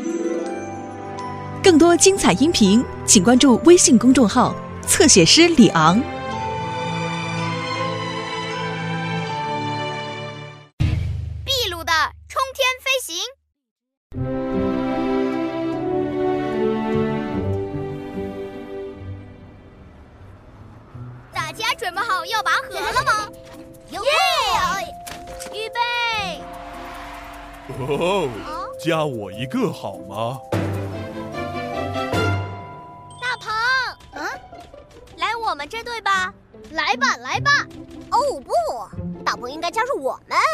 更多精彩音频，请关注微信公众号“侧写师李昂”。 秘鲁的冲天飞行。大家准备好要拔河了吗？耶！预备！ 哦，加我一个好吗？ 大鹏，来我们这队吧！来吧，来吧！ 哦不，大鹏应该加入我们。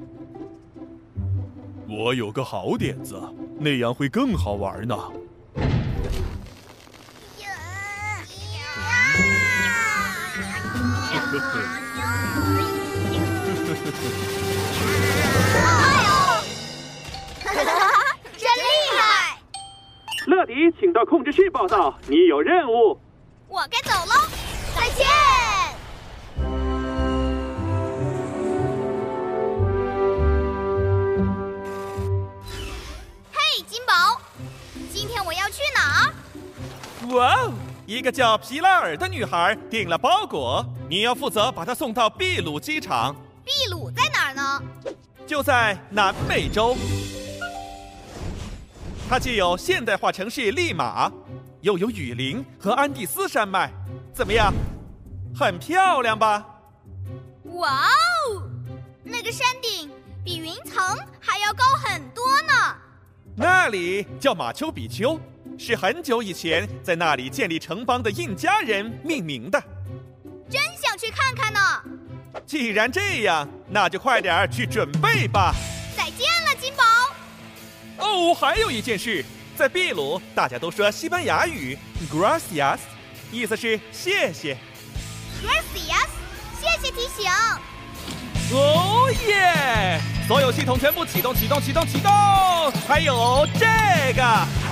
我有个好点子，那样会更好玩呢。 真厉害！ 乐迪，请到控制室报道，你有任务。 我该走喽，再见。嘿，金宝，今天我要去哪儿？ 哇哦！一个叫皮拉尔的女孩订了包裹，你要负责把她送到秘鲁机场。 秘鲁在哪儿呢？ 就在南美洲。它既有现代化城市利马，又有雨林和安第斯山脉，怎么样？很漂亮吧？ 哇哦！那个山顶比云层还要高很多呢。 那里叫马丘比丘，是很久以前在那里建立城邦的印加人命名的。 真想去看看呢。 既然这样，那就快点去准备吧。 再见了，金宝。 哦，还有一件事，在秘鲁大家都说西班牙语 gracias， 意思是谢谢。 Gracias， 谢谢提醒。 哦耶！所有系统全部启动！还有这个，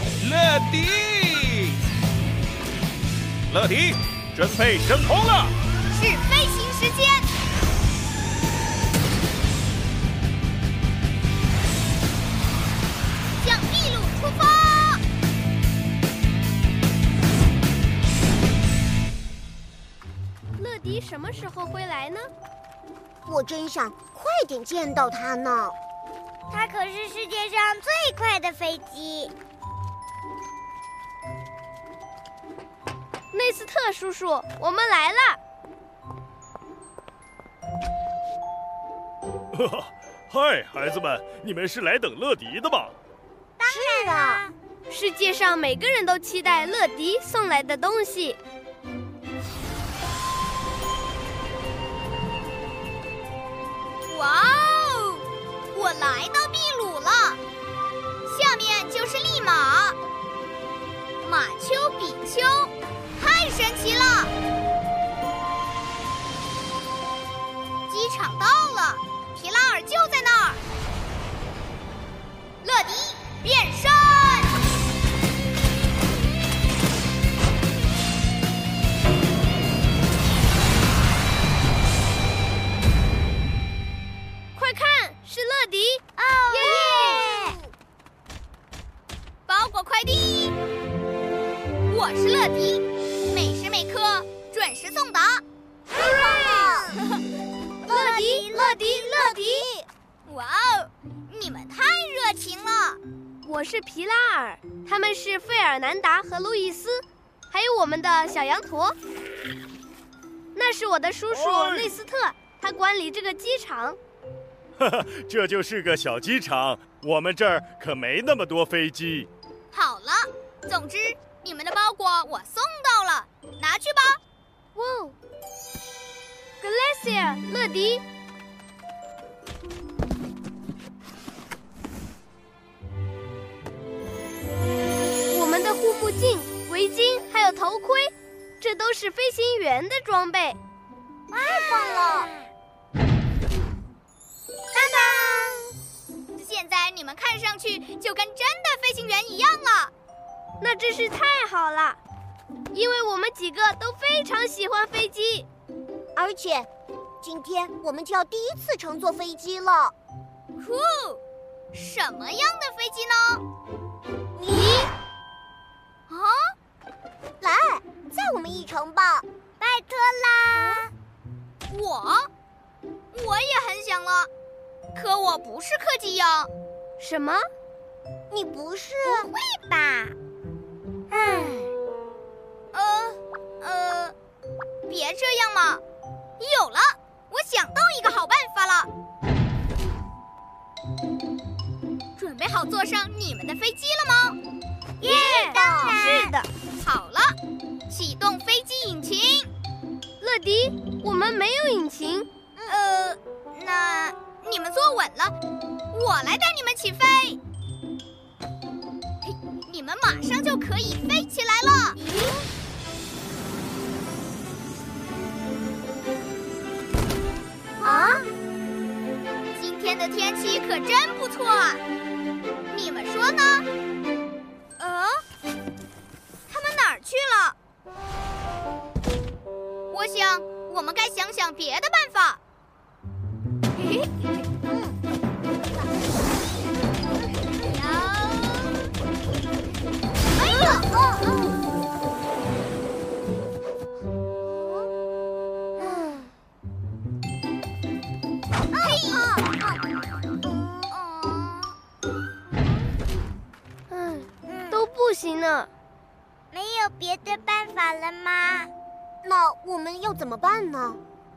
乐迪，准备升空了。 是飞行时间。向秘鲁出发。 乐迪什么时候会来呢？ 我真想快点见到他呢。 它可是世界上最快的飞机。 内斯特叔叔，我们来了。 嗨，孩子们，你们是来等乐迪的吗？ 是啊， 世界上每个人都期待乐迪送来的东西。 哇哦！我来到秘鲁了，下面就是利马，马丘比丘，太神奇了！机场到了，皮拉尔就在那儿。乐迪变身！ 快看，是乐迪！ 哦耶！包裹快递，我是乐迪，每时每刻准时送达。乐迪！哇哦，你们太热情了！ 我是皮拉尔，他们是费尔南达和路易斯，还有我们的小羊驼。那是我的叔叔内斯特，他管理这个机场。 这就是个小机场，我们这儿可没那么多飞机。 好了，总之你们的包裹我送到了，拿去吧。 哇哦 ，Glacier， 乐迪。我们的护目镜、围巾还有头盔，这都是飞行员的装备。 太棒了！ 当当！现在你们看上去就跟真的飞行员一样了。 那真是太好了，因为我们几个都非常喜欢飞机， 而且今天我们就要第一次乘坐飞机了。 酷！什么样的飞机呢？ 程吧，拜托啦！ 我也很想了，可我不是柯基羊。 什么？ 你不是？不会吧？ 别这样嘛！有了，我想到一个好办法了。准备好坐上你们的飞机了吗？ 耶，当然是的。 好了，启动飞机引擎。 乐迪，我们没有引擎。 那你们坐稳了，我来带你们起飞。你们马上就可以飞起来了。 啊！ 今天的天气可真不错啊，你们说呢？他们哪儿去了？我想我们该想想别的办法。哎呦！ 都不行呢。 没有别的办法了吗？那我们要怎么办呢？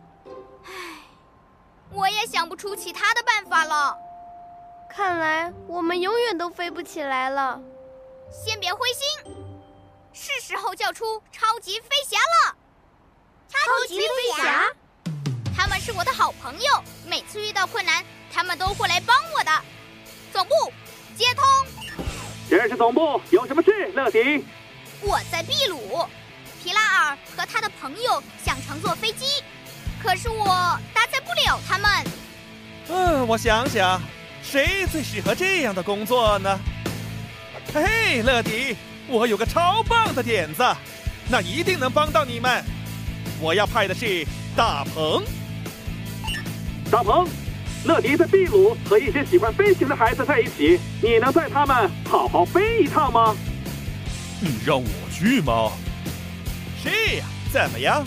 我也想不出其他的办法了。 看来我们永远都飞不起来了。 先别灰心，是时候叫出超级飞侠了。 超级飞侠？ 他们是我的好朋友，每次遇到困难，他们都会来帮我的。总部接通。 这是总部，有什么事，乐迪？ 我在秘鲁，皮拉尔和他的朋友想乘坐飞机，可是我搭载不了他们。 我想想，谁最适合这样的工作呢？嘿，乐迪，我有个超棒的点子，那一定能帮到你们。我要派的是大鹏。 大鹏，乐迪在秘鲁和一些喜欢飞行的孩子在一起，你能带他们好好飞一趟吗？ 你让我去吗？ 是呀，怎么样？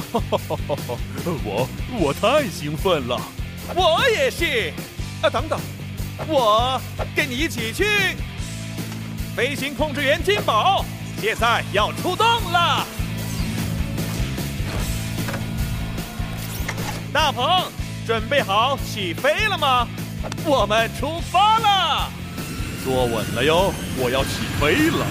我太兴奋了。 我也是。等等，我跟你一起去。飞行控制员金宝，现在要出动了。大鹏，准备好起飞了吗？我们出发了。 坐稳了哟，我要起飞了。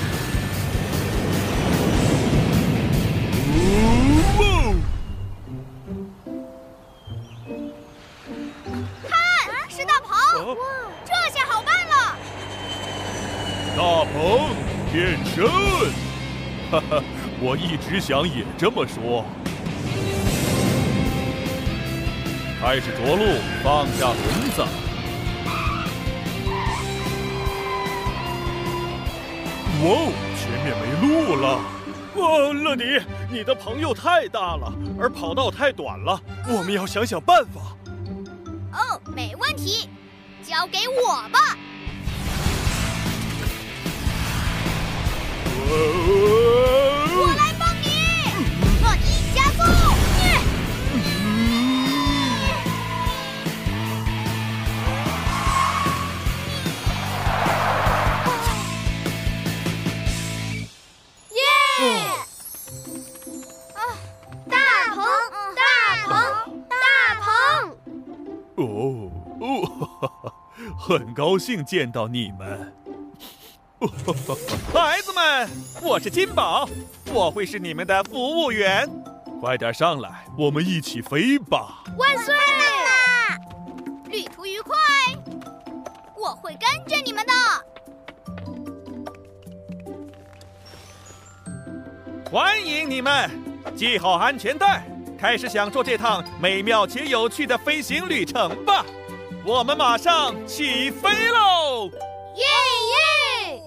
看，是大鹏！这下好办了。 大鹏变身！哈哈，我一直想也这么说。开始着陆，放下轮子。哇，前面没路了！乐迪，你的朋友太大了，而跑道太短了，我们要想想办法。 没问题，交给我吧。我来帮你，乐迪加速！ 很高兴见到你们。 孩子们，我是金宝，我会是你们的服务员。 快点上来，我们一起飞吧！ 万岁！ 旅途愉快，我会跟着你们的。 欢迎你们，系好安全带，开始享受这趟美妙且有趣的飞行旅程吧！我们马上起飞喽！ 耶耶！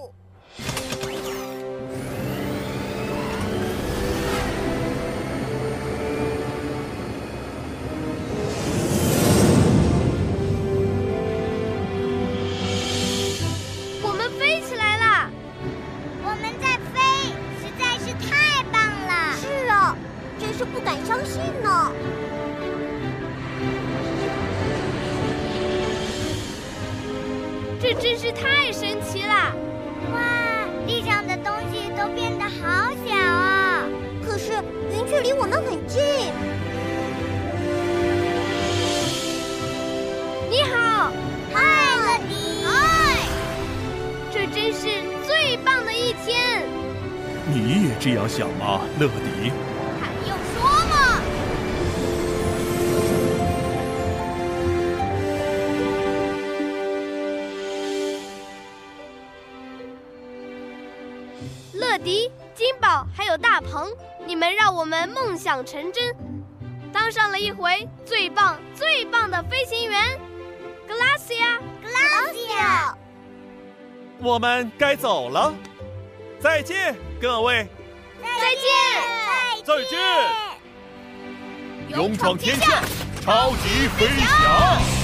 我们飞起来啦！ 我们在飞，实在是太棒了！ 是啊。 相信呢。 这真是太神奇了！ 哇，地上的东西都变得好小啊！可是云却离我们很近。 你好， 嗨，乐迪。 嗨， 这真是最棒的一天。 你也这样想吗，乐迪？ 还用说吗？ 乐迪、金宝还有大鹏，你们让我们梦想成真，当上了一回最棒最棒的飞行员。Glacia， 我们该走了，再见，各位。 再见。 再见！勇闯天下，超级飞侠。